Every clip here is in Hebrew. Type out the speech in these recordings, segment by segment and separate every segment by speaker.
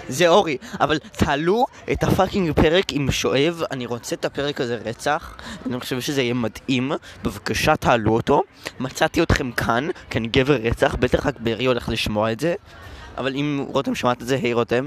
Speaker 1: זה אורי, אבל תעלו את הפאקינג פרק עם שואב, אני רוצה את הפרק הזה רצח, אני חושב שזה יהיה מדהים, בבקשה תעלו אותו, מצאתי אתכם כאן, כי אני גבר רצח, בטח רק ברי הולך לשמוע את זה, אבל אם רותם שמעת את זה, היי רותם.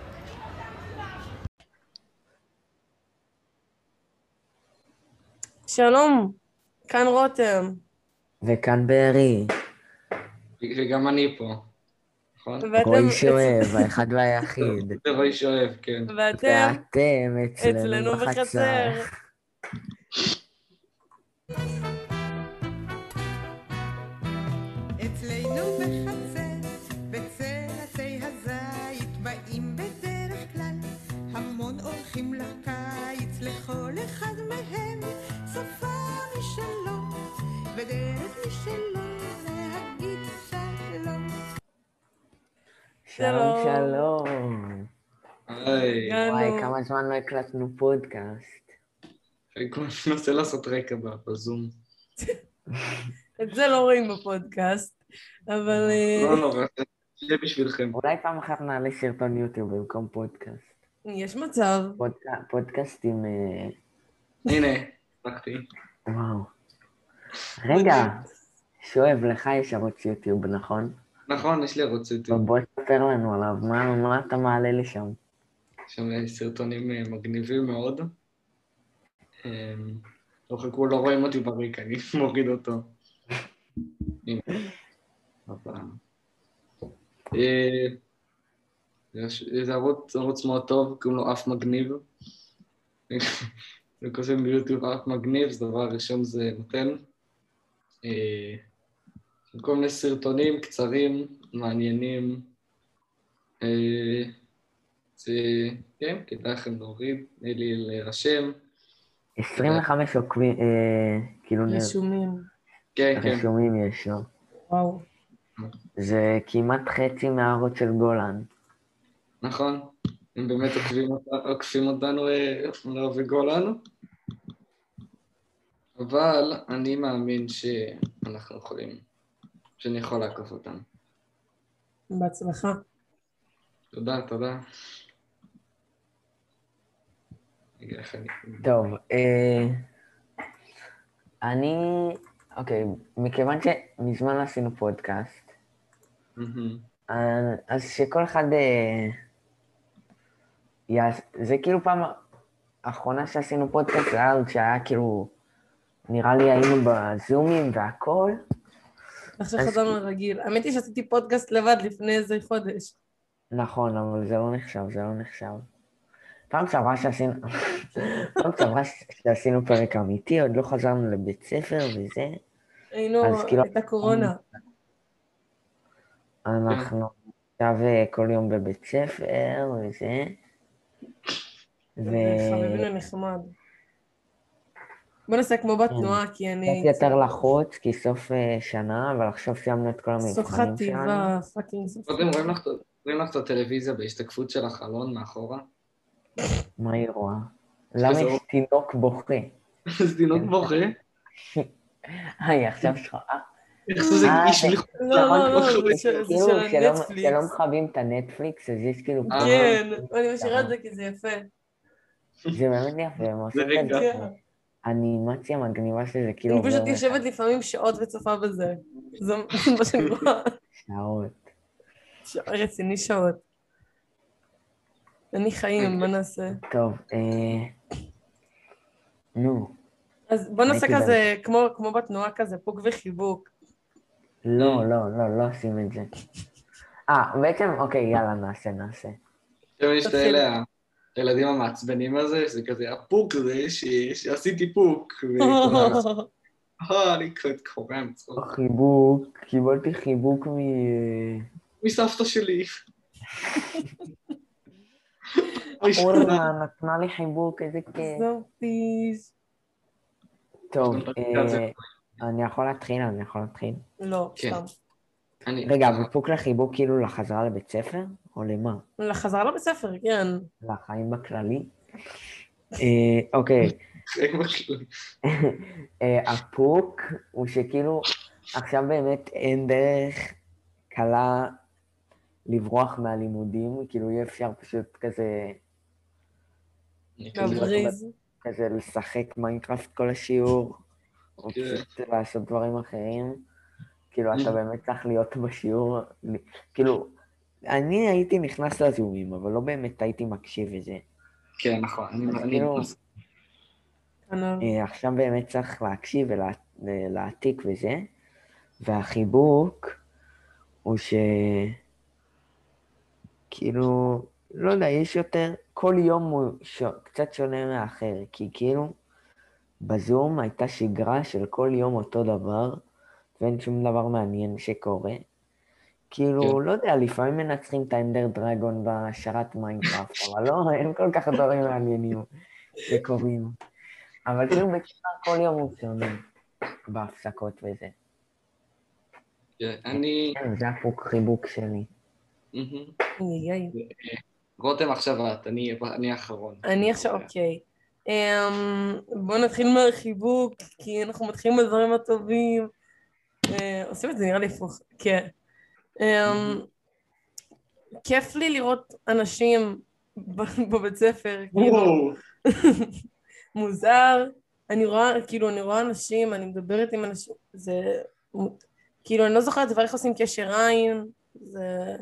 Speaker 2: שלום, כאן רותם.
Speaker 3: וכאן ברי.
Speaker 4: וגם אני פה, נכון?
Speaker 3: רועי שואב, האחד והיחיד.
Speaker 4: זה רועי שואב, כן.
Speaker 2: ואתם
Speaker 3: אצלנו בחצר.
Speaker 5: אצלנו בחצר, בצל עצי הזית, באים בדרך כלל המון אורחים לקיץ, לכל אחד מהם שפה משלו, ודרך משלו להגיד שלום.
Speaker 3: שלום, שלום.
Speaker 4: היי.
Speaker 3: כמה זמן לא הקלטנו פודקאסט.
Speaker 4: אני מנסה לעשות רקע בזום.
Speaker 2: את זה לא רואים בפודקאסט, אבל...
Speaker 4: לא, זה בשבילכם.
Speaker 3: אולי פעם אחת נעלה סרטון יוטיוב במקום פודקאסט.
Speaker 2: יש מצב.
Speaker 3: פודקאסטים...
Speaker 4: הנה, פרקתי.
Speaker 3: וואו. רגע, שואב, לך יש ערוץ יוטיוב, נכון?
Speaker 4: נכון, יש לי ערוץ יוטיוב.
Speaker 3: בוא תספר לנו עליו, מה אתה מעלה לי שם?
Speaker 4: שם סרטונים מגניבים מאוד. לא חכו, לא רואים אותי ברקע, אני מוריד אותו. הנה. זה ערוץ מאוד טוב, קוראים לו אף מגניב. זה כותבים ביוטיוב אף מגניב, זה דבר ראשון זה נותן. כל מיני סרטונים קצרים, מעניינים. זה, כן, כדאי לכם להוריד, להירשם.
Speaker 3: 25 עוקבים, כאילו...
Speaker 2: רשומים.
Speaker 4: כן, כן.
Speaker 3: רשומים יש לו.
Speaker 2: וואו.
Speaker 3: זה כמעט חצי מהערוץ של גולן.
Speaker 4: נכון. הם באמת עוקפים אותנו וגולן. אבל אני מאמין שאנחנו יכולים, שאני יכול לעקוף אותם.
Speaker 2: בהצלחה.
Speaker 4: תודה.
Speaker 3: טוב, אוקיי, מכיוון שמזמן עשינו פודקאסט, אז שכל אחד, זה כאילו פעם האחרונה שעשינו פודקאסט, זה היה שהיה כאילו, נראה לי היינו בזומים והכל.
Speaker 2: עכשיו חזרנו לרגיל. האמת היא שעשיתי פודקאסט לבד לפני איזה חודש.
Speaker 3: נכון, אבל זה לא נחשב. פעם שעברה שעשינו פרק אמיתי, עוד לא חזרנו לבית ספר וזה.
Speaker 2: הייתה קורונה.
Speaker 3: אנחנו עכשיו כל יום בבית ספר וזה.
Speaker 2: וחביבינו נחמד. בוא נעשה כמו בתנועה, כי אני...
Speaker 3: קצת יותר לחוץ, כי סוף שנה, אבל עכשיו סיימנו את כל המבחנים שלנו.
Speaker 2: סוף חטיבה, פאקינג סוף חטיבה.
Speaker 4: רואים לך את הטלוויזיה בהשתקפות של החלון מאחורה?
Speaker 3: מה היא רואה? למה יש תינוק בוכה?
Speaker 4: זה תינוק בוכה?
Speaker 3: היי, עכשיו שלך.
Speaker 4: איך זה איש בלי חוצה?
Speaker 2: לא, זה של הנטפליקס.
Speaker 3: שלא מכבים את הנטפליקס, אז יש כאילו...
Speaker 2: כן, אני משאירה את זה כי זה יפה.
Speaker 3: זה באמת יפה,
Speaker 4: זה רגע.
Speaker 3: האנימציה מגניבה שזה כאילו...
Speaker 2: אני פשוט יושבת לפעמים שעות וצופה בזה. זה מה שאני רואה.
Speaker 3: שעות.
Speaker 2: רציני שעות. אני חיים, מה נעשה?
Speaker 3: טוב, נו.
Speaker 2: אז בוא נעשה כזה, כמו בתנועה כזה, פוק וחיבוק.
Speaker 3: לא עושים את זה. בעצם, אוקיי, יאללה, נעשה.
Speaker 4: יש את האלה, הילדים המעצבנים הזה, שזה כזה, הפוק הזה, שעשיתי פוק. אני קורא מצחוק.
Speaker 3: חיבוק, קיבלתי חיבוק
Speaker 4: מסבתא שלי.
Speaker 3: אורה נתנה לי חיבוק, איזה כיף.
Speaker 2: זאתיז.
Speaker 3: טוב, אני יכול להתחיל?
Speaker 2: לא, סתם.
Speaker 3: רגע, אבל פוק לחיבוק כאילו לחזרה לבית ספר? או למה?
Speaker 2: לחזרה לבית ספר, כן.
Speaker 3: לחיים בכללי? אוקיי. הפוק הוא שכאילו עכשיו באמת אין דרך קלה לברוח מהלימודים, כאילו אי אפשר פשוט כזה
Speaker 2: להבריז.
Speaker 3: כזה לשחק מיינקראפט כל השיעור, או
Speaker 4: כן.
Speaker 3: פשוט לעשות דברים אחרים. כאילו, אתה באמת צריך להיות בשיעור. כאילו, אני הייתי נכנס לזומים, אבל לא באמת הייתי מקשיב לזה.
Speaker 4: כן, נכון.
Speaker 3: אז כאילו,
Speaker 2: כנ"ל.
Speaker 3: עכשיו באמת צריך להקשיב ולהעתיק וזה, והחיבוק הוא כאילו, לא יודע, יש יותר, כל יום הוא קצת שונה מהאחר, כי כאילו, בזום הייתה שגרה של כל יום אותו דבר, ואין שום דבר מעניין שקורה. כאילו, לא יודע, לפעמים מנצחים את האנדר דרגון בהשארת מיינקראפט, אבל לא, אין כל כך דברים מעניינים שקורים. אבל כאילו בכלל כל יום הוא שונה בהפסקות וזה.
Speaker 4: כן, אני...
Speaker 3: כן, זה הפוק חיבוק שלי.
Speaker 4: מהמם.
Speaker 2: איי.
Speaker 4: רותם עכשיו את, אני האחרון.
Speaker 2: אני עכשיו, אוקיי. בואו נתחיל מהחיבוק, כי אנחנו מתחילים בדברים הטובים. עושים את זה נראה לי הפוך. כן. כיף לי לראות אנשים בבית ספר, כאילו,
Speaker 4: וואו.
Speaker 2: מוזר. אני רואה אנשים, אני מדברת עם אנשים, זה, כאילו, אני לא זוכרת דבר איך עושים קשר עין, זה...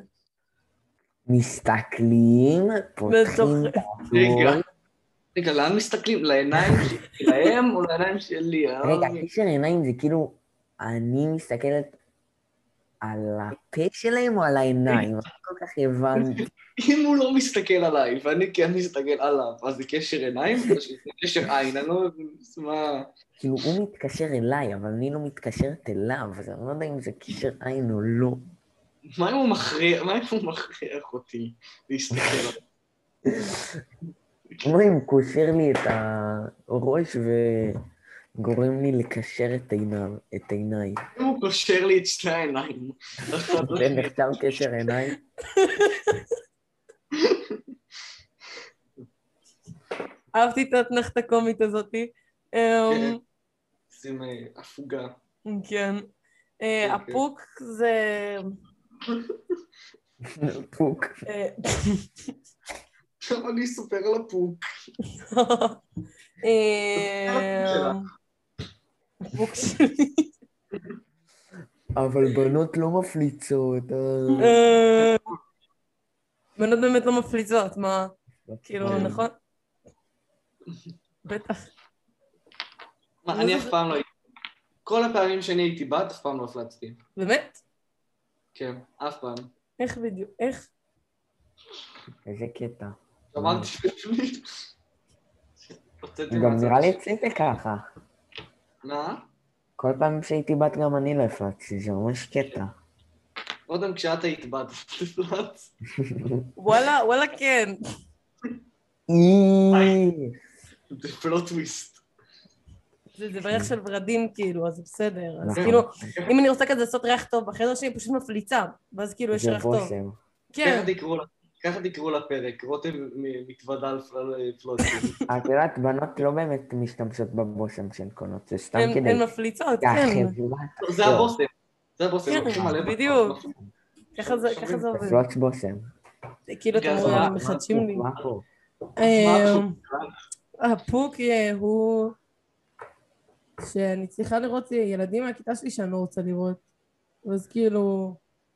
Speaker 3: מסתכלים, פותחים את הכל.
Speaker 4: רגע, לאן מסתכלים? לעיניים שלהם או לעיניים שלי?
Speaker 3: רגע, קשר עיניים זה כאילו, אני מסתכלת על הפה שלהם או על העיניים? לא כל כך הבנתי.
Speaker 4: אם הוא לא מסתכל עליי ואני כן מסתכל עליו, אז זה קשר עיניים? או שזה קשר עין? אני לא מבין מה...
Speaker 3: כאילו, הוא מתקשר אליי, אבל אני לא מתקשרת אליו, אז אני לא יודע אם זה קשר עין או לא.
Speaker 4: מה אם הוא מכריח אותי להסתכל עליו?
Speaker 3: כמו אם הוא קושר לי את הראש וגורם לי לקשר את עיניי.
Speaker 4: אם הוא קושר לי את שתי העיניים.
Speaker 3: זה נחשב קשר עיניים?
Speaker 2: אהבתי את האתנחתה הקומית הזאתי.
Speaker 4: שים הפוגה.
Speaker 2: כן. הפוק זה...
Speaker 3: פוק.
Speaker 4: עכשיו אני אספר על הפוק.
Speaker 2: הפוק שלי.
Speaker 3: אבל בנות לא מפליצות.
Speaker 2: בנות באמת לא מפליצות, מה? כאילו, נכון? בטח.
Speaker 4: מה, אני אף פעם לא הייתי. כל הפעמים שאני הייתי בת, אף פעם לא הפלצתי.
Speaker 2: באמת?
Speaker 4: כן, אף פעם.
Speaker 2: איך בדיוק? איך?
Speaker 3: איזה קטע.
Speaker 4: אמרתי שבשביל...
Speaker 3: גם נראה לי אצלי זה ככה.
Speaker 4: מה?
Speaker 3: כל פעם שהייתי בת גם אני לא הפלצתי, זה ממש קטע.
Speaker 4: רותם, כשאת היית בת, תפלץ.
Speaker 2: וואלה כן.
Speaker 4: זה פלוט טוויסט.
Speaker 2: זה בריח של ורדים כאילו, אז זה בסדר. אז כאילו, אם אני רוצה כזה לעשות ריח טוב בחדר שלי, פשוט מפליצה. ואז כאילו יש ריח טוב.
Speaker 3: זה בושם.
Speaker 2: כן.
Speaker 4: ככה תקראו לפרק, רותם מתוודה על פלוט טוויסט.
Speaker 3: את יודעת, בנות לא באמת משתמשות בבושם של קונות, זה סתם כדי...
Speaker 2: הן מפליצות, כן.
Speaker 4: זה הבושם. זה הבושם.
Speaker 2: כן, בדיוק. ככה זה עובד.
Speaker 3: פלוץ בושם.
Speaker 2: כאילו אתם מחדשים לי.
Speaker 3: מה פה?
Speaker 2: הפוק הוא שאני צריכה לראות ילדים מהכיתה שלי שאני לא רוצה לראות. אז כאילו...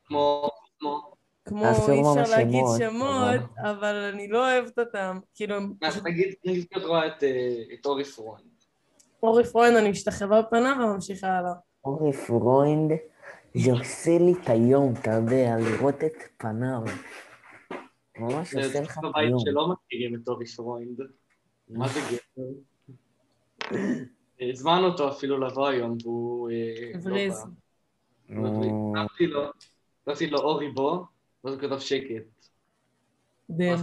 Speaker 2: כמו אי אפשר להגיד שמות, אבל אני לא אוהבת אותם. כאילו...
Speaker 4: נגיד את רואה את אורי פרוינד.
Speaker 2: אורי פרוינד, אני משתחווה בפניו וממשיכה הלאה.
Speaker 3: אורי פרוינד, זה עושה לי את היום, אתה יודע, לראות את פניו. ממש עושה לך את
Speaker 4: בבית
Speaker 3: היום.
Speaker 4: שלא מכירים את אורי פרוינד. מה זה גבר? הזמנו אותו אפילו לבוא היום, והוא...
Speaker 2: הבריז.
Speaker 4: אמרתי לו אורי בוא, ואז הוא כתב שקט.
Speaker 2: דם.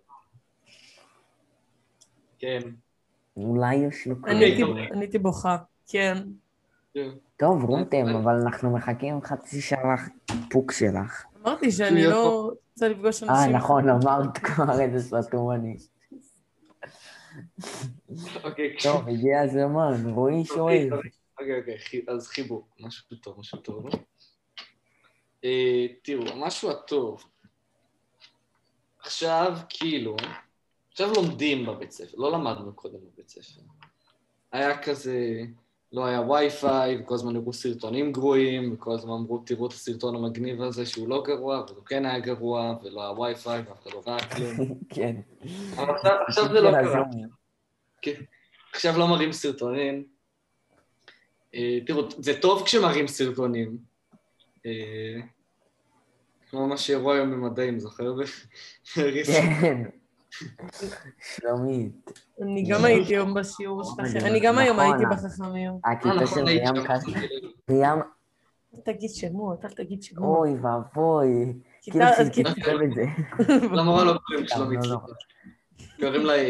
Speaker 4: כן.
Speaker 3: אולי יש לו...
Speaker 2: אני הייתי בוכה, כן.
Speaker 3: טוב, רותם, אבל אנחנו מחכים חצי שעה לפוק שלך.
Speaker 2: אמרתי שאני לא רוצה לפגוש אנשים.
Speaker 3: נכון, אמרת כבר איזה סתום אני. טוב, הגיע הזמן, רועי שואל.
Speaker 4: אוקיי, אז חיבוק, משהו טוב. תראו, משהו הטוב. עכשיו, כאילו, עכשיו לומדים בבית ספר, לא למדנו קודם בבית ספר. היה כזה, לא היה וי-פיי, וכל הזמן הראו סרטונים גרועים, וכל הזמן אמרו, תראו את הסרטון המגניב הזה שהוא לא גרוע, אבל הוא כן היה גרוע, ולא היה וי-פיי, ואף אחד לא ראה כלום.
Speaker 3: כן.
Speaker 4: אבל עכשיו זה לא קרה. כן. עכשיו לא מראים סרטונים. תראו, זה טוב כשמראים סרטונים. כמו מה שהראו היום במדעים, זוכר?
Speaker 3: כן. שלומית.
Speaker 2: אני גם הייתי היום בשיעור שלכם, אני גם היום הייתי בחכמים.
Speaker 3: הכיתה של רים קסטה. רים,
Speaker 2: אל תגיד שמות, אל תגיד שמות.
Speaker 3: אוי ואבוי. כאילו שהיא תצטרף את זה.
Speaker 4: למורה לא קוראים שלומית. קוראים לה...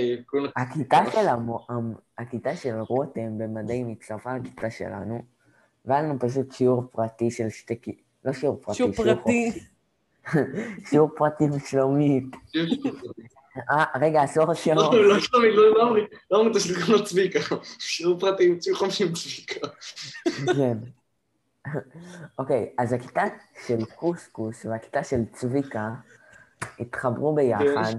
Speaker 3: הכיתה של רותם במדעים הצטרפה לכיתה שלנו, והיה לנו פשוט שיעור פרטי של לא שיעור פרטי,
Speaker 2: שיעור פרטי.
Speaker 3: שיעור פרטי בשלומית. רגע, אסור שיעור.
Speaker 4: לא שלומית, לא אומרים את השלוחים לצביקה. שיעור פרטי עם ציור 50 צביקה.
Speaker 3: כן. אוקיי, אז הכיתה של קוסקוס והכיתה של צביקה התחברו ביחד,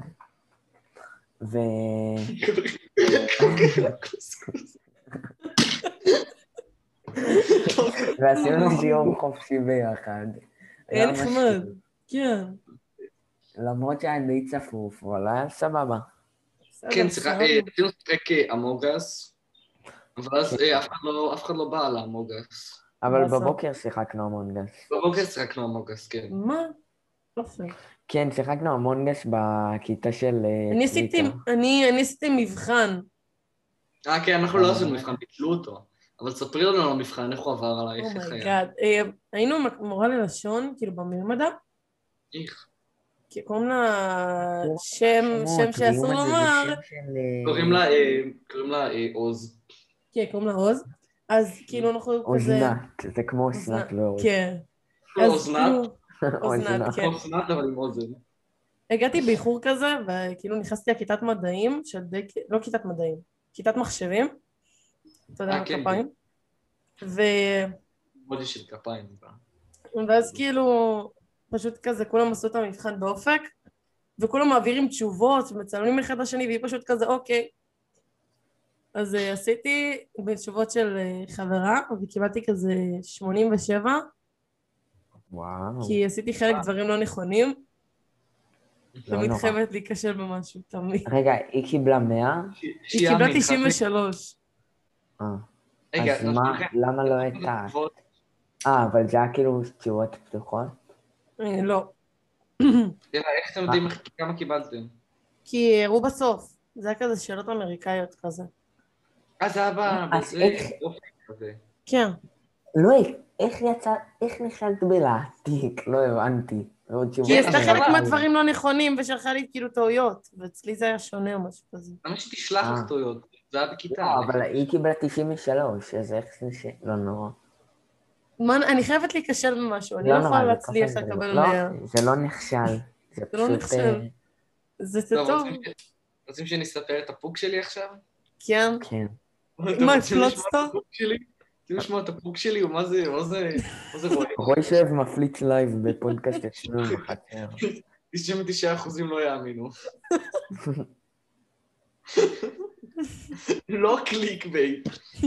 Speaker 3: ועשינו שיעור חופשי ביחד.
Speaker 2: אין נחמד, כן.
Speaker 3: למרות שהיה די צפוף, אבל היה סבבה.
Speaker 4: כן, רצינו לשחק אמוגס, אבל אז אף אחד לא בא על אמוגס.
Speaker 3: אבל בבוקר שיחקנו אמונגס.
Speaker 4: בבוקר שיחקנו אמוגס, כן.
Speaker 2: מה? יופי.
Speaker 3: כן, שיחקנו אמונגס בכיתה של...
Speaker 2: אני עשיתי מבחן.
Speaker 4: כן, אנחנו לא עשינו מבחן, ביטלו אותו. אבל ספרי לנו על המבחן, איך הוא עבר עלייך, איך היה.
Speaker 2: היינו מורה ללשון, כאילו במלמדה.
Speaker 4: איך?
Speaker 2: כי קוראים לה שם שאסור לומר.
Speaker 4: קוראים לה עוז.
Speaker 2: כן, קוראים לה עוז. אז כאילו אנחנו כזה...
Speaker 3: אוזנת, זה כמו אוזנת לא עוז.
Speaker 2: כן.
Speaker 4: אוזנת?
Speaker 2: אוזנת, כן.
Speaker 4: אוזנת, אבל עם אוזן.
Speaker 2: הגעתי באיחור כזה, וכאילו נכנסתי לכיתת מדעים, לא כיתת מדעים, כיתת מחשבים. אתה יודע, כפיים.
Speaker 4: מודי של כפיים.
Speaker 2: ואז כאילו, פשוט כזה, כולם עשו את המבחן באופק, וכולם מעבירים תשובות, ומצלמים אחד לשני, והיא פשוט כזה, אוקיי. אז עשיתי בתשובות של חברה, וקיבלתי כזה 87.
Speaker 3: וואו.
Speaker 2: כי עשיתי חלק דברים לא נכונים. תמיד חייבת להיכשל במשהו, תמיד.
Speaker 3: רגע, היא קיבלה 100?
Speaker 2: היא קיבלה 93.
Speaker 3: אז למה לא הייתה? אבל זה היה כאילו תשובות פתוחות?
Speaker 2: לא.
Speaker 4: איך אתם יודעים כמה קיבלתם?
Speaker 2: כי הראו בסוף. זה היה כזה שאלות אמריקאיות כזה.
Speaker 4: זה היה בזה.
Speaker 2: כן.
Speaker 3: לא, איך נכשלת בלהעתיק? לא הבנתי.
Speaker 2: כי עשתה חלק מהדברים לא נכונים ושלחה לי כאילו טעויות, ואצלי זה היה שונה או משהו כזה.
Speaker 4: למה שתשלח לך טעויות? זה היה בכיתה.
Speaker 3: לא, אבל היא קיבלה 93, אז איך זה לא נורא.
Speaker 2: אני חייבת להיכשל במשהו, אני לא יכולה להצליח לקבל 100.
Speaker 3: לא, זה לא נכשל.
Speaker 2: זה לא נכשל. זה טוב.
Speaker 4: רוצים שנספר את הפוק שלי עכשיו?
Speaker 2: כן.
Speaker 3: כן.
Speaker 2: מה, הפלוצת?
Speaker 4: רוצים לשמוע את הפוק שלי, מה זה רואי?
Speaker 3: רואי שאוהב מפליץ לייב בפודקאסט אצלנו בחצר.
Speaker 4: 99% לא יאמינו. לא קליק בייט.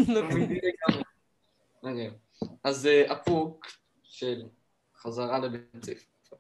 Speaker 4: אז הפוק של חזרה לבית ספר.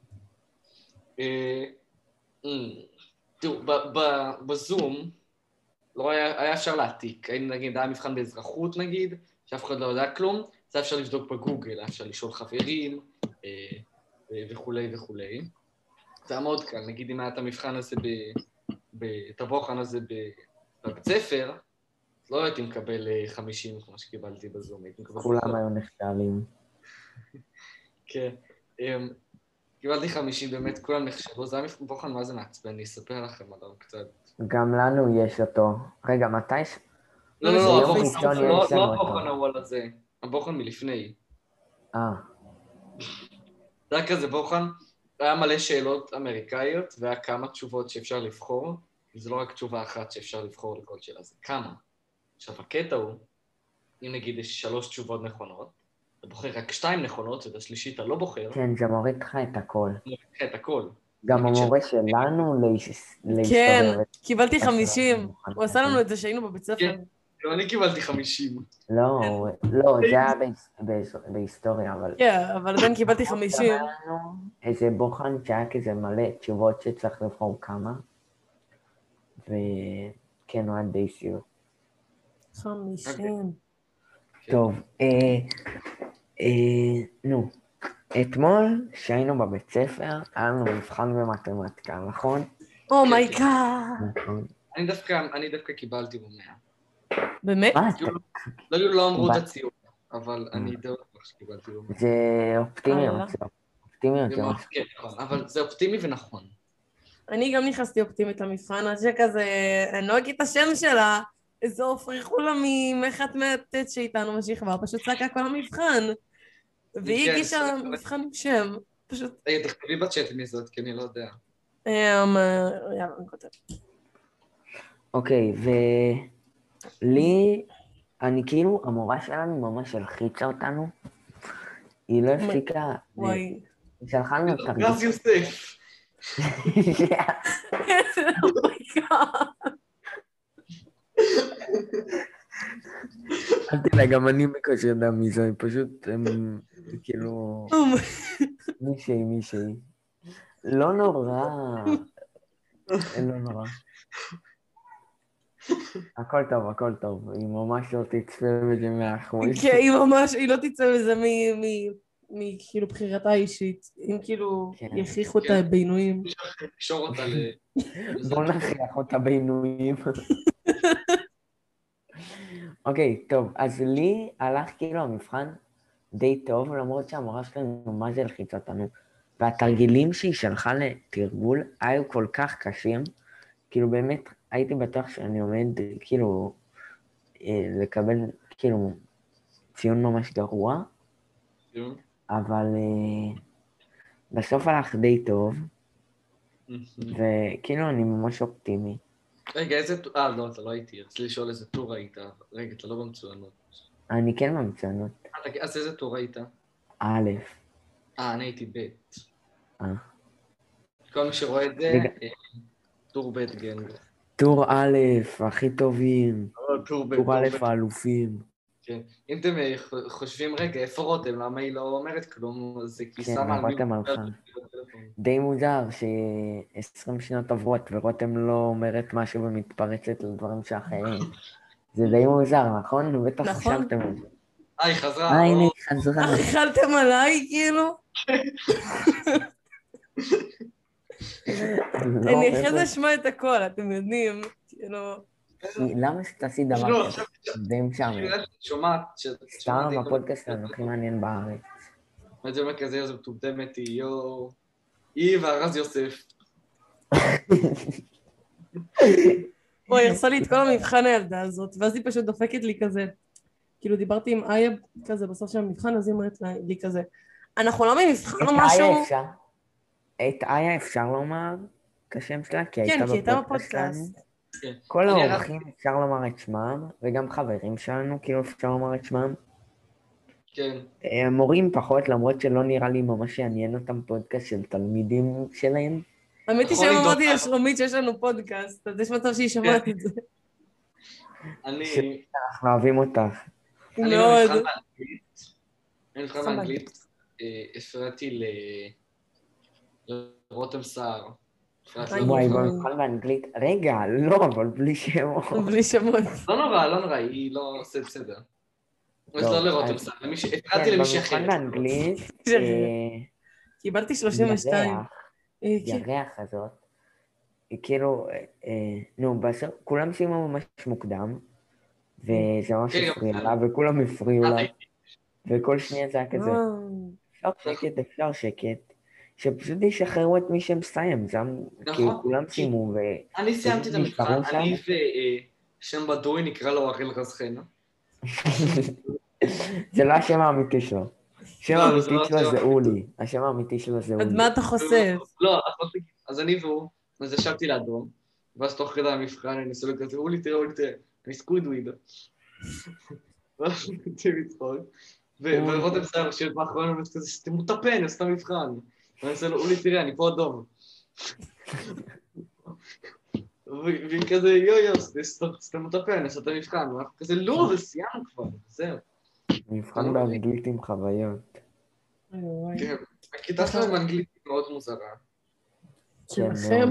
Speaker 4: תראו, בזום לא היה אפשר להעתיק. נגיד, היה מבחן באזרחות נגיד, שאף אחד לא יודע כלום, זה אפשר לבדוק בגוגל, אפשר לשאול חברים וכולי וכולי. זה היה מאוד קל, נגיד אם היה את המבחן הזה, את הבוחן הזה בבית ספר, לא הייתי מקבל 50 כמו שקיבלתי בזום.
Speaker 3: כולם היו נכשלים.
Speaker 4: כן. קיבלתי 50, באמת כולם נכשלו, זה היה בוחן מה זה מעצבן, אני אספר לכם עליו קצת.
Speaker 3: גם לנו יש אותו. רגע, מתי?
Speaker 4: לא, הבוחן ההוא על הזה, הבוחן מלפני. זה היה כזה בוחן, היה מלא שאלות אמריקאיות, והיה כמה תשובות שאפשר לבחור, וזה לא רק תשובה אחת שאפשר לבחור לכל שאלה, זה כמה. עכשיו, הקטע הוא, אם נגיד יש 3 תשובות נכונות, אתה בוחר רק 2 נכונות, ואת השלישית אתה לא בוחר.
Speaker 3: כן, זה מוריד לך את הכל.
Speaker 4: מוריד לך את הכל.
Speaker 3: גם
Speaker 4: נגיד
Speaker 3: המורה שלנו
Speaker 2: כן,
Speaker 3: להיסטוריה.
Speaker 2: קיבלתי 50. הוא עשה לנו את זה שהיינו בבית ספר.
Speaker 4: כן. לא, אני קיבלתי 50.
Speaker 3: לא, לא, זה היה בהיסטוריה, אבל...
Speaker 2: כן, אבל עדיין קיבלתי
Speaker 3: גם
Speaker 2: 50.
Speaker 3: היה לנו איזה בוחן שהיה כזה מלא תשובות שצריך לבחור כמה, וכן, הוא היה די סיוט.
Speaker 2: 50.
Speaker 3: טוב, נו, אתמול שהיינו בבית ספר, היה לנו מבחן במתמטיקה, נכון?
Speaker 2: אומייגאד.
Speaker 3: נכון.
Speaker 4: אני דווקא קיבלתי בו 100.
Speaker 2: באמת?
Speaker 3: מה,
Speaker 4: לא אמרו את הציון, אבל אני די בטוח שקיבלתי בו 100.
Speaker 3: זה אופטימיות,
Speaker 2: אללה.
Speaker 3: זה אופטימיות,
Speaker 4: זה
Speaker 3: זה
Speaker 4: מאוד
Speaker 3: משהו.
Speaker 4: כן, נכון, אבל זה אופטימי ונכון.
Speaker 2: אני גם נכנסתי אופטימית למבחן, עד שכזה, אני לא אגיד את השם שלה, איזו הפריחו לה מאחת מהטט שאיתנו בשכבה, פשוט צעקה כל המבחן. והיא
Speaker 4: כן,
Speaker 2: הגישה
Speaker 4: זה-
Speaker 2: מבחן עם שם, פשוט...
Speaker 4: תכתבי בצ'אט מי זאת, כי אני לא יודע.
Speaker 2: יאללה, אני כותב.
Speaker 3: אוקיי, ולי, אני כאילו, המורה שלנו ממש הלחיצה אותנו. היא לא הפסיקה,
Speaker 2: וואי.
Speaker 3: היא שלחה לנו תרגיל.
Speaker 4: גז יוסף.
Speaker 2: אומייגאד.
Speaker 3: אל תדאג, גם אני בקושי יודע מי זה, פשוט, כאילו, מישהי. לא נורא. לא נורא. הכל טוב, היא ממש לא תצפה בזה 100%.
Speaker 2: כן, היא ממש, היא לא תצא מזה מכאילו בחירתה האישית. אם כאילו
Speaker 3: כן.
Speaker 2: יכריחו אותה בעינויים.
Speaker 4: לקשור אותה ל...
Speaker 3: בוא נכריח אותה בעינויים. אוקיי, טוב, אז לי הלך כאילו המבחן די טוב, למרות שהמורה שלנו מה זה הלחיץ אותנו. והתרגילים שהיא שלחה לתרגול היו כל כך קשים, כאילו באמת הייתי בטוח שאני עומד כאילו לקבל כאילו ציון ממש גרוע, אבל בסוף הלך די טוב, וכאילו אני ממש אופטימי.
Speaker 4: רגע, איזה... לא, אתה לא הייתי, רציתי לשאול איזה טור היית. רגע, אתה לא במצוינות.
Speaker 3: אני כן במצוינות.
Speaker 4: אז איזה טור היית?
Speaker 3: א'.
Speaker 4: אני הייתי ב'.
Speaker 3: אה.
Speaker 4: כל מי שרואה את זה,
Speaker 3: רגע.
Speaker 4: טור ב' גנג.
Speaker 3: טור א', הכי טובים.
Speaker 4: טור ב',
Speaker 3: טור א' האלופים.
Speaker 4: כן. אם אתם חושבים, רגע, איפה רותם? למה היא לא אומרת כלום? זה כי
Speaker 3: כן,
Speaker 4: שמה על
Speaker 3: רותם הלכה. די מוזר ש20 שנות עברות ורותם לא אומרת משהו ומתפרצת לדברים שאחרים. זה די מוזר, נכון? בטח
Speaker 2: נכון.
Speaker 3: חשבתם על זה.
Speaker 4: היא חזרה.
Speaker 3: הנה היא חזרה.
Speaker 2: אכלתם עליי, כאילו?
Speaker 3: לא,
Speaker 2: אני אחרי
Speaker 3: איפה-
Speaker 2: זה אשמע את הכל, אתם יודעים, כאילו...
Speaker 3: למה שתעשי דבר
Speaker 4: לא,
Speaker 3: כזה? די משעמם.
Speaker 4: שומעת,
Speaker 3: סתם הפודקאסט שלנו הכי מעניין בארץ.
Speaker 4: וזה אומר כזה, איזה מטומטמת היא, יואו. היא והרז יוסף.
Speaker 2: וואי, היא הרסה לי את כל המבחן הילדה הזאת, ואז היא פשוט דופקת לי כזה. כאילו דיברתי עם איה כזה בסוף של המבחן, אז היא אומרת לי כזה, אנחנו לא במבחן או משהו?
Speaker 3: את איה אפשר לומר את השם שלה? כי
Speaker 2: כן, כי הייתה
Speaker 3: בפודקאסט שלנו.
Speaker 2: בפודקאסט.
Speaker 3: כל האורחים אפשר לומר את שמם, וגם חברים שלנו, כאילו אפשר לומר את שמם.
Speaker 4: כן.
Speaker 3: מורים פחות, למרות שלא נראה לי ממש יעניין אותם פודקאסט של תלמידים שלהם.
Speaker 2: האמת היא
Speaker 4: יכול
Speaker 2: שהיום
Speaker 4: לבדוק.
Speaker 2: אמרתי לשלומית שיש לנו פודקאסט, אז יש מצב שהיא שמעת את זה.
Speaker 4: אני...
Speaker 3: אנחנו אוהבים אותך.
Speaker 2: מאוד.
Speaker 4: במבחן באנגלית הפרעתי לרותם סער.
Speaker 3: וואי, במבחן באנגלית. רגע, לא, אבל בלי שמות.
Speaker 2: בלי שמות.
Speaker 4: לא נורא, היא לא עושה בסדר. אז לא לרותם סער, הפרעתי
Speaker 3: כן,
Speaker 4: למישהי אחרת.
Speaker 3: במבחן באנגלית,
Speaker 2: קיבלתי 32.
Speaker 3: ירח הזאת, היא כאילו, נו, כולם סיימו ממש מוקדם, וזה ממש הפריע לה, וכולם הפריעו לה, וכל שנייה זה היה כזה, אפשר שקט, שפשוט ישחררו את מי שמסיים, זה כאילו כולם סיימו,
Speaker 4: אני סיימתי את המבחן, אני ושם בדוי נקרא לו אריאל רזחן.
Speaker 3: זה לא השם האמיתי שלו. השם האמיתי שלו זה אולי. השם האמיתי שלו זה אולי.
Speaker 2: עד מה אתה חושף?
Speaker 4: לא, אז אני והוא, אז ישבתי לאדום, ואז תוך כדי המבחן אני ניסו לו כזה, אולי תראה, אני סקווידוויד. ואז אני יוצא מצחוק, ורותם סער שירת מאחורינו, וכזה, סתמו את הפה, אני עושה מבחן. ואני עושה לו, אולי תראה, אני פה אדום. ואם כזה, יו, סתם את הפה, נעשה את המבחן, ואנחנו כזה, לא, זה סיימנו כבר, זהו.
Speaker 3: מבחן באנגלית עם חוויות.
Speaker 4: כן, הכיתה שלנו באנגלית מאוד מוזרה.
Speaker 2: שלכם?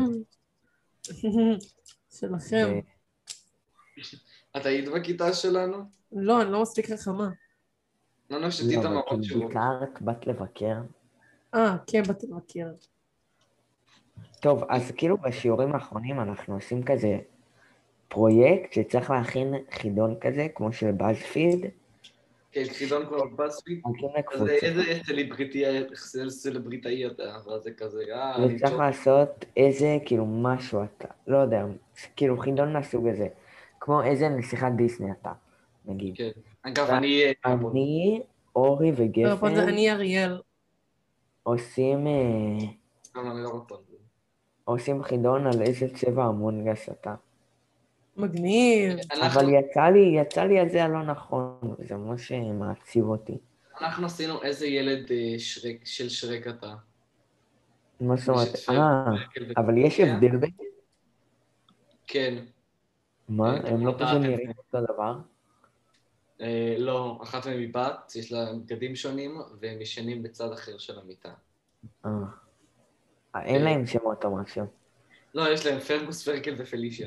Speaker 2: שלכם.
Speaker 4: את היית בכיתה שלנו?
Speaker 2: לא, אני לא מספיק חכמה.
Speaker 4: לא שתית
Speaker 3: אבל
Speaker 4: המרות
Speaker 3: כאילו
Speaker 4: שלו.
Speaker 3: ביקרת, באת לבקר.
Speaker 2: כן, באתי לבקר.
Speaker 3: טוב, אז כאילו בשיעורים האחרונים אנחנו עושים כזה פרויקט שצריך להכין חידון כזה, כמו של באזפיד.
Speaker 4: כן, חידון כמו בספיק.
Speaker 3: להכין
Speaker 4: אז
Speaker 3: לקבוצה.
Speaker 4: איזה סלבריטאי אתה, ואז זה כזה,
Speaker 3: וצריך לעשות איזה, כאילו, משהו אתה, לא יודע, כאילו חידון מהסוג הזה. כמו איזה נסיכת דיסני אתה, נגיד.
Speaker 4: כן. אגב, אני...
Speaker 3: אני, אורי
Speaker 2: פה
Speaker 3: וגפן
Speaker 2: זה אני אריאל.
Speaker 3: עושים
Speaker 4: אני לא רוצה.
Speaker 3: עושים חידון על איזה צבע המונגס אתה.
Speaker 2: מגניב.
Speaker 3: אבל יצא לי על זה הלא נכון, זה ממש מעציב אותי.
Speaker 4: אנחנו עשינו איזה ילד של שרק אתה.
Speaker 3: מה זאת אומרת? אבל יש הבדל בין?
Speaker 4: כן.
Speaker 3: מה? הם לא פשוט נראים אותו דבר?
Speaker 4: לא, אחת מהם היא בת, יש לה בגדים שונים, והם ישנים בצד אחר של המיטה.
Speaker 3: אין להם שמות או משהו.
Speaker 4: לא, יש להם פרגוס, פרקל ופלישיה.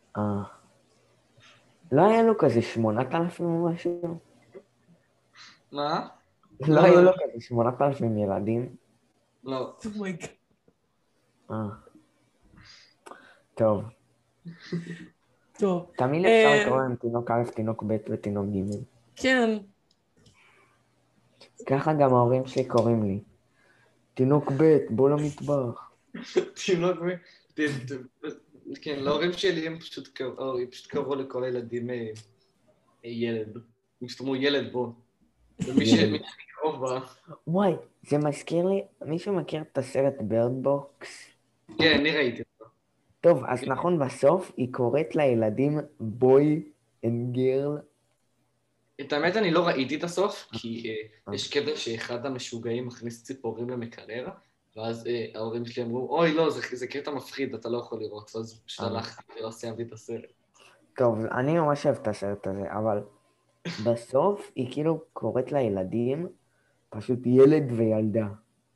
Speaker 3: לא היה לו כזה 8,000 או משהו?
Speaker 4: מה?
Speaker 3: לא היו לו כזה 8,000 ילדים?
Speaker 4: לא.
Speaker 3: טוב.
Speaker 2: טוב.
Speaker 3: תמיד אפשר לקרוא להם תינוק א', תינוק ב' ותינוק ג'.
Speaker 2: כן.
Speaker 3: ככה גם ההורים שלי קוראים לי. תינוק ב', בוא למטבח.
Speaker 4: תינוק ב', כן, להורים שלי הם פשוט קראו לכל הילדים ילד. הם פשוט אמרו ילד בוא. ומי שקרוב בה.
Speaker 3: וואי, זה מזכיר לי, מישהו מכיר את הסרט בירד בוקס?
Speaker 4: כן, אני ראיתי אותו.
Speaker 3: טוב, אז נכון, בסוף היא קוראת לילדים בוי אנד גירל. את
Speaker 4: האמת, אני לא ראיתי את הסוף, כי יש קטע שאחד המשוגעים מכניס ציפורים למקרר, ואז ההורים שלי אמרו, אוי, לא, זה קטע מפחיד, אתה לא יכול לראות, אז פשוט הלכתי ולא סיימתי את הסרט.
Speaker 3: טוב, אני ממש אוהב את הסרט הזה, אבל בסוף היא כאילו קוראת לילדים פשוט ילד וילדה.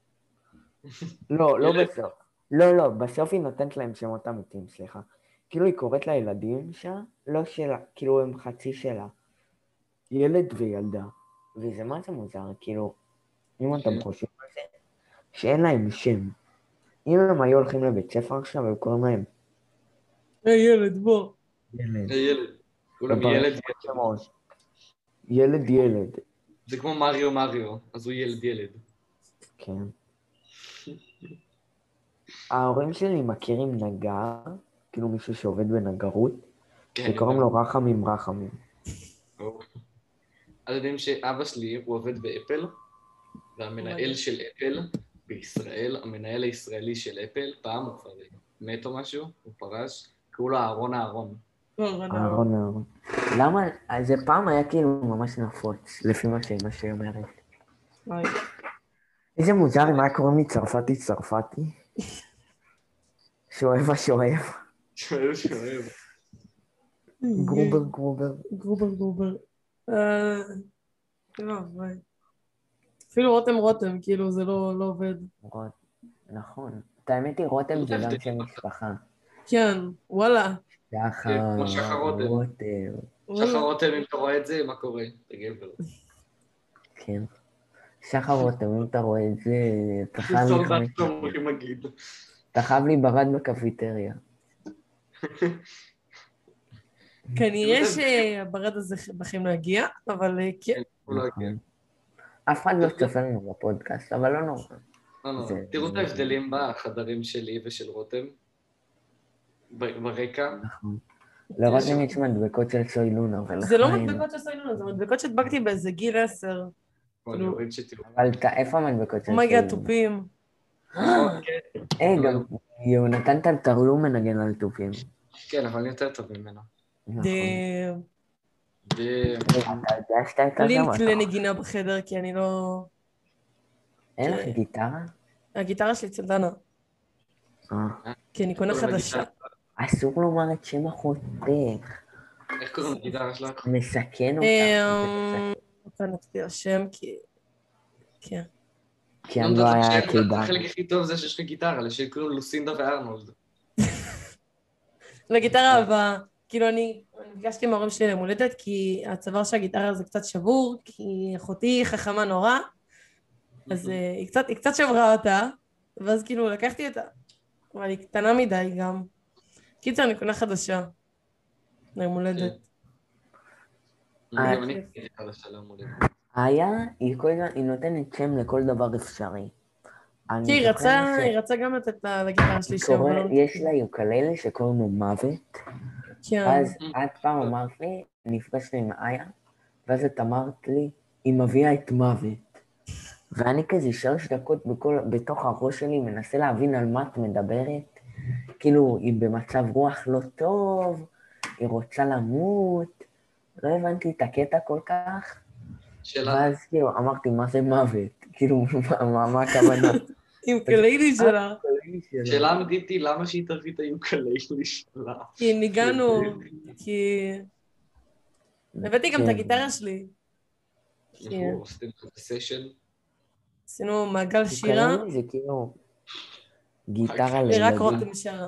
Speaker 3: לא בסוף. לא, בסוף היא נותנת להם שמות אמיתיים, סליחה. כאילו היא קוראת לילדים שלה, לא שלה, כאילו הם חצי שלה. ילד וילדה. וזה מה זה מוזר, כאילו, אם אתם חושבים על זה, שאין להם שם. אם הם היו הולכים לבית ספר עכשיו, הם קוראים להם.
Speaker 2: היי ילד, בוא.
Speaker 4: ילד. כולם ילד.
Speaker 3: ילד.
Speaker 4: זה כמו מריו, אז הוא ילד.
Speaker 3: כן. ההורים שלי מכירים נגר, כאילו מישהו שעובד בנגרות, שקוראים לו רחמים.
Speaker 4: אז יודעים שאבא שלי הוא עובד באפל, והמנהל של אפל בישראל, המנהל הישראלי של אפל, פעם הוא כבר מת או משהו, הוא פרש, קראו לו אהרון.
Speaker 3: אהרון. למה? זה פעם היה כאילו ממש נפוץ, לפי מה שאמא שלי אומרת. איזה מוזר אם היה קוראים לי צרפתי. שואב.
Speaker 2: גרובר. אפילו רותם, כאילו זה לא עובד.
Speaker 3: נכון. האמת היא רותם זה גם שם משפחה.
Speaker 2: כן, וואלה.
Speaker 4: שחר רותם, אם אתה רואה את זה, מה קורה? תגיד לו.
Speaker 3: כן. שחר רותם, אם אתה רואה את זה, אתה חייב לי ברד בקפיטריה.
Speaker 2: כנראה שהברד הזה בכם להגיע, אבל כן.
Speaker 3: אף אחד לא צופה לנו בפודקאסט, אבל לא נורא.
Speaker 4: תראו את ההבדלים בחדרים שלי ושל רותם, ברקע.
Speaker 3: נכון. לרותם יש מדבקות של סוילונה, ולך...
Speaker 2: זה לא מדבקות של סוילונה, זה מדבקות שהדבקתי באיזה גיל 10.
Speaker 3: אבל איפה המדבקות של סוילונה?
Speaker 2: אומייגה, תופים.
Speaker 3: גם יונתן טלטרלו מנגן על תופים.
Speaker 4: כן, אבל אני יותר טוב ממנו.
Speaker 2: לינק לנגינה בחדר, כי אני לא...
Speaker 3: אין לך גיטרה?
Speaker 2: הגיטרה שלי צלדנה. כי אני קונה חדשה.
Speaker 3: אסור לומר את שם אחותך.
Speaker 4: איך קוראים לגיטרה שלך?
Speaker 3: מסכן אותך.
Speaker 2: לא קנתי השם, כי... כן.
Speaker 3: כי אני לא היה כדאי.
Speaker 4: החלק הכי טוב זה שיש לך גיטרה, שקוראים לוסינדה וארנולד.
Speaker 2: לגיטרה הבאה, כאילו אני נפגשתי עם ההורים שלי ליום הולדת, כי הצוואר של הגיטרה זה קצת שבור, כי אחותי חכמה נורא, אז היא קצת שברה אותה, ואז כאילו לקחתי אותה, אבל היא קטנה מדי גם. קיצר, אני קונה חדשה. ליום הולדת.
Speaker 4: גם אני קניתי חדשה ליום הולדת.
Speaker 3: היא נותנת שם לכל דבר אפשרי.
Speaker 2: כי היא רצה גם לתת לגיטרה שלי שם.
Speaker 3: יש לה יוקללה שקוראים לו מוות. אז את פעם אמרת לי, נפגשתי עם איה, ואז את אמרת לי, היא מביאה את מוות. ואני כזה 3 דקות בתוך הראש שלי מנסה להבין על מה את מדברת. כאילו, היא במצב רוח לא טוב, היא רוצה למות. לא הבנתי את הקטע כל כך. ואז כאילו אמרתי, מה זה מוות? כאילו, מה הכוונה?
Speaker 2: יוקללי שלה.
Speaker 4: שאלה אמיתית היא, למה שהיא תביא את היוקללי שלה?
Speaker 2: כי ניגענו, כי... הבאתי גם את הגיטרה שלי.
Speaker 4: אנחנו עשיתם סשן.
Speaker 2: עשינו מעגל שירה.
Speaker 3: זה כאילו גיטרה
Speaker 2: לילדים. רק רותם שרה.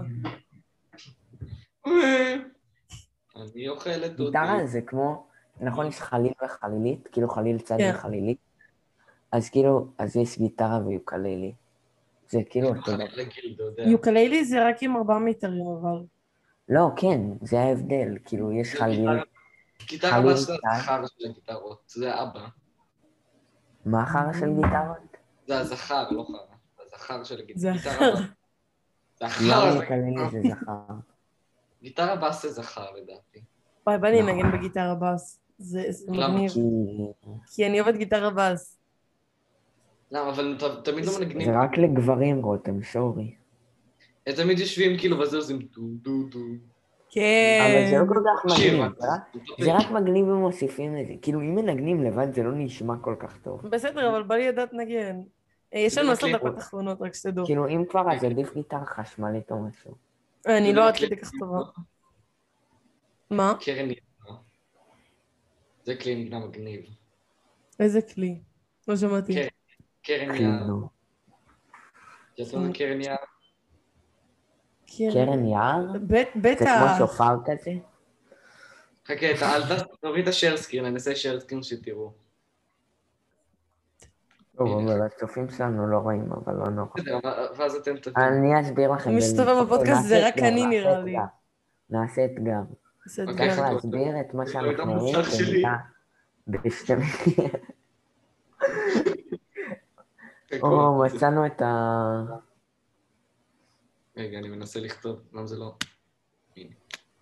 Speaker 4: אני אוכלת אותי.
Speaker 3: גיטרה זה כמו, נכון, יש חליל וחלילית, כאילו חליל צד וחלילית. אז כאילו, אז יש גיטרה ויוקללי. זה כאילו אותו דבר.
Speaker 2: יוקללי זה רק עם 4 מיתרים, אבל.
Speaker 3: לא, כן, זה ההבדל. כאילו, יש חליל...
Speaker 4: גיטרה בס זה הזכר של הגיטרות, זה אבא.
Speaker 3: מה החרא של גיטרות?
Speaker 4: זה הזכר, לא חרא. זה הזכר של הגיטרה.
Speaker 2: זה
Speaker 4: הזכר.
Speaker 3: לא, יוקללי זה זכר.
Speaker 4: גיטרה בס זה זכר, לדעתי.
Speaker 2: וואי, בא לי לנגן בגיטרה בס. זה מגניב. כי אני אוהבת גיטרה בס.
Speaker 4: למה, אבל תמיד לא מנגנים.
Speaker 3: זה רק לגברים, רותם, שורי.
Speaker 4: הם תמיד יושבים כאילו וזה עושים דו דו דו.
Speaker 2: כן.
Speaker 3: אבל זה לא כל כך מגניב, זה רק מגניב ומוסיפים לזה. כאילו, אם מנגנים לבד זה לא נשמע כל כך טוב.
Speaker 2: בסדר, אבל בא לי לדעת נגן. יש לנו 10 דקות אחרונות, רק שתדעו.
Speaker 3: כאילו, אם כבר, אז עדיף גיטרה חשמלית או משהו.
Speaker 2: אני לא עד כדי כך טובה. מה?
Speaker 4: קרן יער. זה כלי נגנה מגניב.
Speaker 2: איזה כלי? לא שמעתי.
Speaker 4: קרן יער. יצאנו קרן יער.
Speaker 3: קרן יער?
Speaker 2: בטח.
Speaker 3: זה כמו שופר כזה?
Speaker 4: חכה, תוריד את השאר סקרין, אני אעשה שאר סקרין שתראו.
Speaker 3: טוב, אבל הצופים שלנו לא רואים, אבל לא נורא.
Speaker 4: בסדר, ואז אתם תתנו.
Speaker 3: אני אסביר לכם.
Speaker 2: מי שטובה בפודקאסט זה רק אני נראה לי.
Speaker 3: נעשה אתגר. צריך להסביר את מה שאנחנו רואים, בשתי מילים. או, מצאנו את ה...
Speaker 4: רגע, אני מנסה לכתוב, למה זה לא... הנה.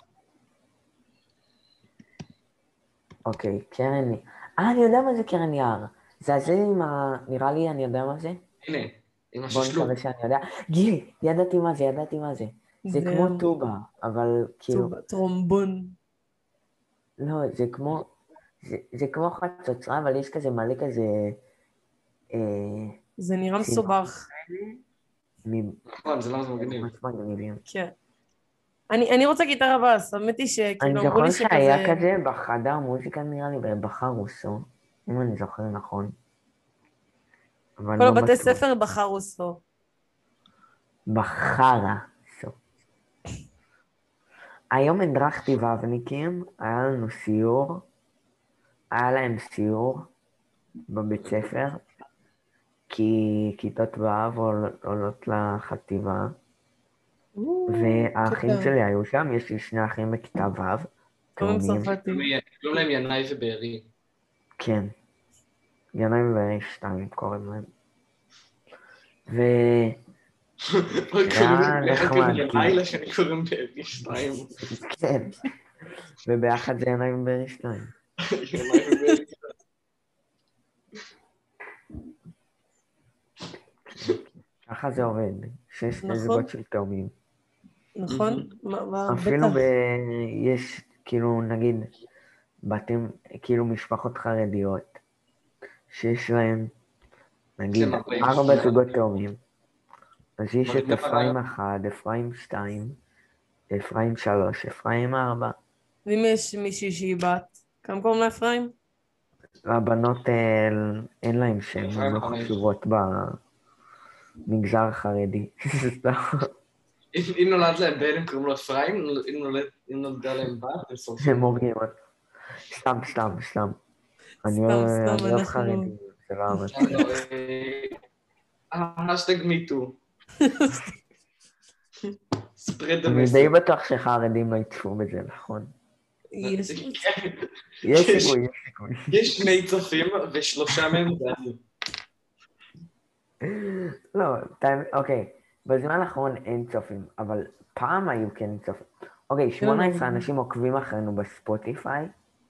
Speaker 3: אוקיי, קרן... אני יודע מה זה קרן יער. זה הזה עם ה... נראה לי אני יודע מה זה.
Speaker 4: הנה, עם
Speaker 3: בוא
Speaker 4: הששלום.
Speaker 3: נקווה שאני יודע. גילי, ידעתי מה זה. זה כמו טובה, אבל כאילו...
Speaker 2: טובה, טרומבון.
Speaker 3: לא, זה כמו... זה כמו חצוצרה, אבל יש כזה מלא כזה...
Speaker 2: זה נראה מסובך.
Speaker 4: נכון, זה לא מגניב.
Speaker 3: ממש מגניבים.
Speaker 2: כן. אני רוצה גיטרה בס, האמת היא שכאילו אמרו לי שכזה...
Speaker 3: אני זוכר שהיה כזה בחדר מוזיקה נראה לי, בחרוסו, אם אני זוכר נכון.
Speaker 2: כל הבתי ספר בחרוסו.
Speaker 3: בחרסו. היום הדרכתי ואבניקים, היה לנו סיור, היה להם סיור בבית ספר, כי כיתות באב עולות לחטיבה, והאחים שלי היו שם, יש לי 2 אחים בכיתה ו'.
Speaker 2: קוראים צרפתי.
Speaker 4: קוראים להם ינאי ובארי.
Speaker 3: כן. ינאי ובארי 2 קוראים להם. היה נחמד.
Speaker 4: ינאי לשני קוראים בארי 2.
Speaker 3: כן. וביחד זה ינאי ובארי 2.
Speaker 4: ינאי ובארי 2.
Speaker 3: ככה זה עובד. 6 זוגות של תאומים.
Speaker 2: נכון?
Speaker 3: אפילו יש, כאילו, נגיד, בתים, כאילו, משפחות חרדיות, שיש להם, נגיד, 4 זוגות תאומים. אז יש את אפרים 1, אפרים 2, אפרים 3, אפרים 4.
Speaker 2: ואם יש מישהי שהיא בת, כמה קוראים לה אפרים?
Speaker 3: הבנות אין להם שם, הן לא חשובות במגזר החרדי.
Speaker 4: אם נולד להם בן, הם קוראים לו אפרים, אם נולדה להם בת, הם שורפים.
Speaker 3: הם הורגים אותם. סתם. אני אוהב חרדים, זה לא המצב.
Speaker 4: השטג מיטו. ספרד
Speaker 3: אני
Speaker 4: המסר.
Speaker 3: די בטוח שחרדים לא יצפו בזה, נכון?
Speaker 2: יש
Speaker 3: יש סיכוי.
Speaker 4: יש 2 צופים ו3 מהם זה אני.
Speaker 3: לא, אוקיי, בזמן האחרון אין צופים, אבל פעם היו כן צופים. אוקיי, 18 אנשים עוקבים אחרינו בספוטיפיי,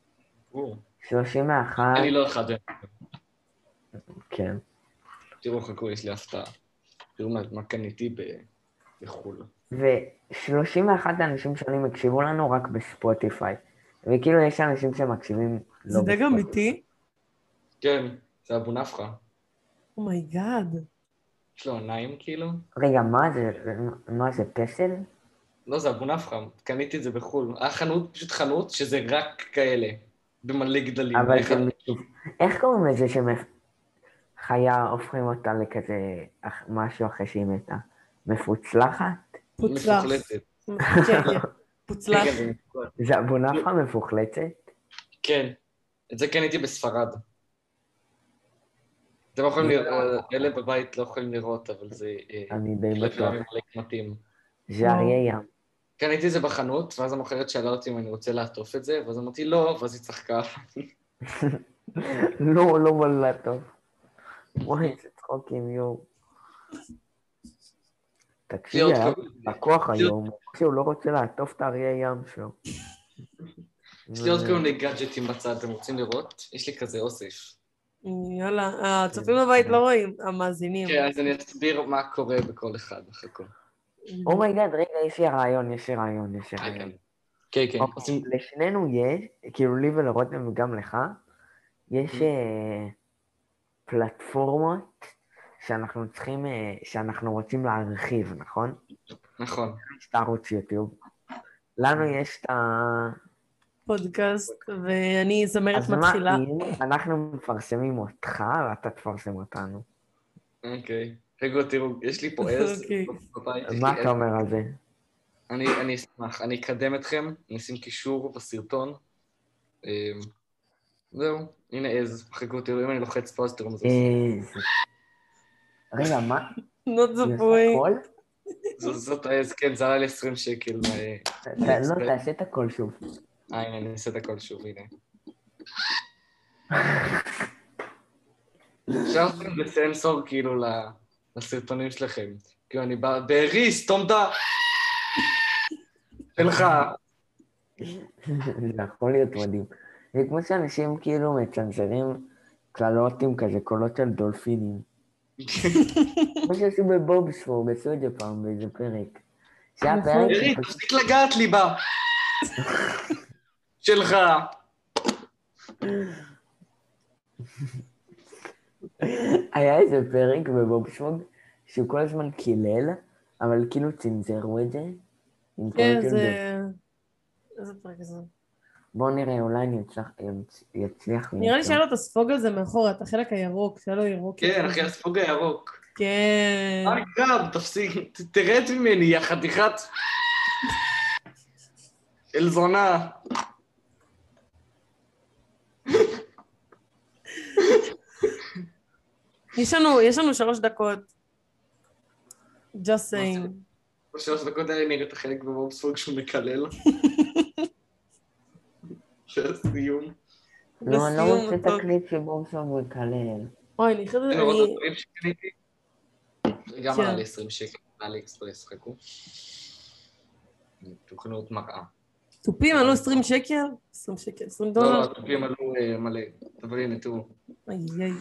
Speaker 3: 31...
Speaker 4: אני לא אחד.
Speaker 3: כן.
Speaker 4: תראו, חכו, יש לי הפתעה. תראו מה קניתי בחו"ל.
Speaker 3: ו-31 אנשים שונים הקשיבו לנו רק בספוטיפיי. וכאילו יש אנשים שמקשיבים לא
Speaker 2: זה דג אמיתי?
Speaker 4: כן, זה אבו נפחה.
Speaker 2: אומייגאד.
Speaker 4: יש לו עיניים כאילו.
Speaker 3: רגע, מה זה פסל?
Speaker 4: לא, זה אבו נפחה. קניתי את זה בחו"ל. פשוט חנות שזה רק כאלה. במלא גדלים.
Speaker 3: אבל איך קוראים לזה שחיה הופכים אותה לכזה משהו אחרי שהיא מתה? מפוצלחת?
Speaker 2: פוצלח.
Speaker 4: מפוחלצת.
Speaker 2: כן. פוצלח.
Speaker 3: זה אבו נפחה מפוחלצת?
Speaker 4: כן. את זה קניתי בספרד. אתם לא יכולים לראות, אלה בבית לא יכולים לראות, אבל זה...
Speaker 3: אני די בטוח.
Speaker 4: מתאים.
Speaker 3: זה אריה ים.
Speaker 4: קניתי את זה בחנות, ואז המוכרת שאלה אותי אם אני רוצה לעטוף את זה, ואז אמרתי לא, ואז היא צחקה.
Speaker 3: לא בא לעטוף. וואי, זה צחוקים, יואו. תקשיבי, היה לקוח היום, שהוא לא רוצה לעטוף את האריה ים שלו.
Speaker 4: יש לי עוד כל מיני גאדג'טים בצד, אתם רוצים לראות? יש לי כזה אוסף.
Speaker 2: יאללה, הצופים בבית לא רואים, המאזינים.
Speaker 4: כן, אז אני אסביר מה קורה בכל אחד, חכו.
Speaker 3: אומייגאד, רגע, יש לי רעיון.
Speaker 4: כן.
Speaker 3: לשנינו יש, כאילו לי ולרותם וגם לך, יש פלטפורמות שאנחנו רוצים להרחיב, נכון?
Speaker 4: נכון.
Speaker 3: יש את הערוץ יוטיוב. לנו יש את
Speaker 2: פודקאסט, ואני זמרת
Speaker 3: אז
Speaker 2: מתחילה.
Speaker 3: מה אם אנחנו מפרסמים אותך ואתה תפרסם אותנו?
Speaker 4: אוקיי. רגע, תראו, יש לי פה עז.
Speaker 3: מה אתה אומר על זה?
Speaker 4: אני אשמח, אני אקדם אתכם, אני אשים קישור בסרטון. זהו, הנה עז. חכו, תראו, אם אני לוחץ פה, אז תראו מה זה עושה.
Speaker 3: רגע, מה?
Speaker 2: לא צפוי.
Speaker 4: זאת העז, כן, זה עלה לי 20 שקל.
Speaker 3: לא, תעשה את הכל שוב.
Speaker 4: הנה, אני אעשה את הכל שוב, הנה. אפשר לעשות בסנסור, כאילו, לסרטונים שלכם. כאילו, אני בא, בארי, סתום את ה... שלך.
Speaker 3: זה יכול להיות מדהים. זה כמו שאנשים כאילו מצנזרים קללות עם כזה קולות של דולפינים. כמו שעשו בבובספורג, עשו את זה פעם באיזה פרק. זה היה פרק...
Speaker 4: בארי, תפסיק לגעת לי בה. שלך.
Speaker 3: היה איזה פרק בבובספורג שהוא כל הזמן קילל, אבל כאילו צנזרו את זה.
Speaker 2: כן, איזה פרק זה?
Speaker 3: בואו נראה, אולי אני אצליח...
Speaker 2: נראה לי שהיה לו את הספוג הזה מאחורה, את החלק הירוק, שהיה לו ירוק.
Speaker 4: כן, אחרי הספוג הירוק.
Speaker 2: כן.
Speaker 4: גב, תפסיק, תרד ממני, יא חתיכת... אלזונה.
Speaker 2: יש לנו 3 דקות. just saying.
Speaker 4: ב3 דקות האלה נראה את החלק בבובספורג שהוא מקלל. של סיום.
Speaker 3: לא, אני לא רוצה תקליט שבובספורג מקלל.
Speaker 2: אוי, אני חושבת...
Speaker 4: עוד דברים שקניתי. גם עלה לי 20 שקל, עלה לי אקספרס, חכו. תוכלו עוד מראה.
Speaker 2: טופים עלו 20 שקל? 20 שקל, 20 דולר?
Speaker 4: לא, טופים עלו מלא. אבל הנה, תראו.
Speaker 2: איי.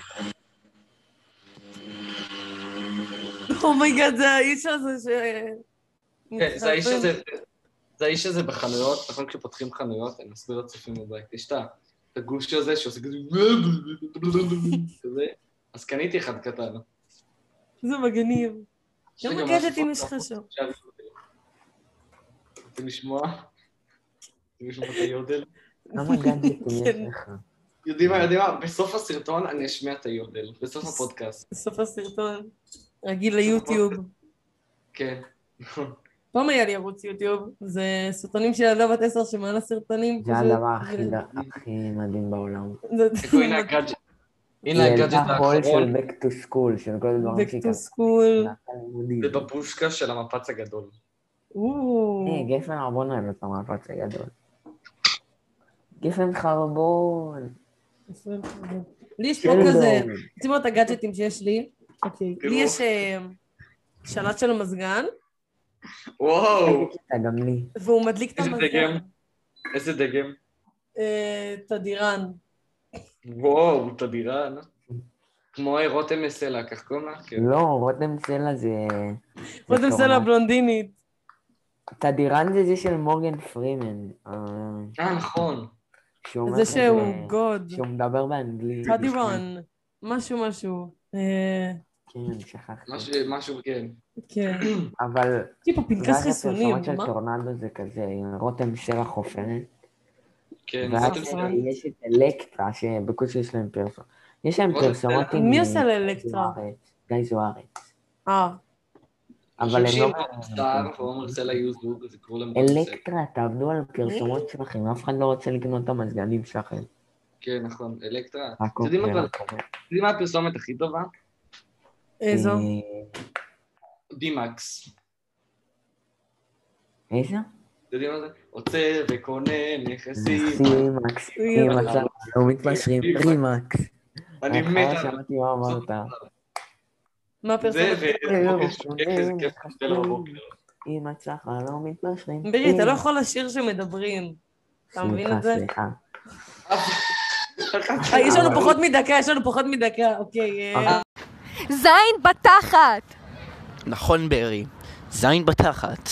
Speaker 2: אומייגאד, זה האיש הזה ש...
Speaker 4: כן, זה האיש הזה בחנויות, נכון כשפותחים חנויות, אני מסביר לצופים בבית, יש את הגוש הזה שעושה כזה, אז קניתי אחד קטן.
Speaker 2: זה מגניב. כמה גאדג'טים יש לך שם?
Speaker 4: רוצים לשמוע? רוצים לשמוע את היודל?
Speaker 3: כמה גאדג'טים יש
Speaker 2: כן.
Speaker 3: לך?
Speaker 4: יודעים מה? בסוף הסרטון אני אשמיע את היודל. בסוף הפודקאסט.
Speaker 2: בסוף הסרטון. רגיל ליוטיוב.
Speaker 4: כן.
Speaker 2: פעם היה לי ערוץ יוטיוב, זה סרטונים של ילדה בת 10 שמעלה סרטונים.
Speaker 3: זה
Speaker 2: פשוט-
Speaker 3: הדבר הכי מדהים בעולם.
Speaker 2: זה-
Speaker 4: הנה הגאדג'ט. הנה
Speaker 3: היא
Speaker 4: הגאדג'ט
Speaker 3: ילדה קול
Speaker 4: האחרון.
Speaker 3: של Back to School, של כל הדברים
Speaker 2: Back
Speaker 3: שהיא
Speaker 2: to school.
Speaker 4: זה בבושקה של המפץ הגדול.
Speaker 3: גפן חרבון אוהב את המאפץ הגדול. גפן חרבון.
Speaker 2: לי יש פה כזה, רוצים לראות את הגאדג'טים שיש לי? אוקיי. לי יש שלט של המזגן,
Speaker 4: וואו!
Speaker 3: גם לי.
Speaker 2: והוא מדליק את
Speaker 4: איזה
Speaker 2: המזגן.
Speaker 4: דגם? איזה דגם?
Speaker 2: תדירן.
Speaker 4: וואו, תדירן. כמו רותם סלע, כך קוראים לה? כן.
Speaker 3: לא, רותם סלע זה...
Speaker 2: רותם סלע בלונדינית.
Speaker 3: תדירן זה של מורגן פרימן.
Speaker 4: נכון.
Speaker 2: זה שהוא גוד.
Speaker 3: שהוא מדבר באנגלית.
Speaker 2: תדירן. משהו.
Speaker 3: כן, שכחתי.
Speaker 4: משהו, כן.
Speaker 2: כן.
Speaker 3: אבל...
Speaker 2: יש פה פנקס חיסונים.
Speaker 3: הפרסומות של טורנדו זה כזה, רותם סלע חופרת.
Speaker 4: כן,
Speaker 3: ואז
Speaker 4: רותם סלע.
Speaker 3: יש את אלקטרה, שבקושי יש להם פרסומות. יש להם פרסומות עם...
Speaker 2: מי עושה לאלקטרה?
Speaker 3: גיא זוארץ.
Speaker 4: אבל הם לא... סטאר ועומר סלע יהיו זוג, אז יקראו להם רותם סלע.
Speaker 3: אלקטרה, תעבדו על פרסומות שלכם, אף אחד לא רוצה לקנות את המזגנים שלכם.
Speaker 4: כן, נכון, אלקטרה.
Speaker 3: רק
Speaker 4: אתם יודעים
Speaker 3: אוקיי.
Speaker 4: מה הפרסומת הכי טובה?
Speaker 2: איזו?
Speaker 4: דימקס.
Speaker 3: איזה?
Speaker 4: אתם יודעים מה זה? עוצר וקונה נכסים.
Speaker 3: רימקס, לא מתפשרים, רימקס.
Speaker 4: אני מת על...
Speaker 3: שמעתי מה אמרת.
Speaker 2: מה הפרסומת?
Speaker 4: זה בבוקר.
Speaker 3: אם הצלחה לא מתפשרים.
Speaker 2: בירי, אתה לא יכול לשיר שמדברים. אתה מבין את זה?
Speaker 3: סליחה.
Speaker 2: יש לנו פחות מדקה, אוקיי.
Speaker 6: זין בתחת!
Speaker 1: נכון ברי, זין בתחת.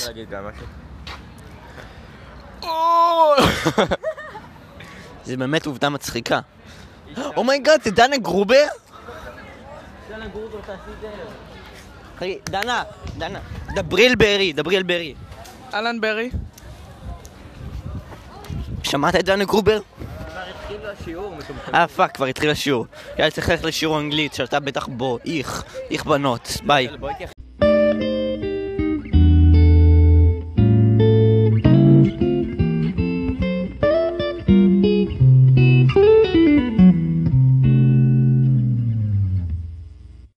Speaker 1: זה באמת עובדה מצחיקה. אומייגאד, זה דנה גרובר? דנה גרובר, תעשי את זה. דנה, דברי אל ברי.
Speaker 7: אלן ברי.
Speaker 1: שמעת את דנה גרובר?
Speaker 7: כבר התחיל השיעור.
Speaker 1: פאק, כבר התחיל השיעור. יאללה, צריך ללכת לשיעור אנגלית, שאתה בטח בו. איך בנות, ביי.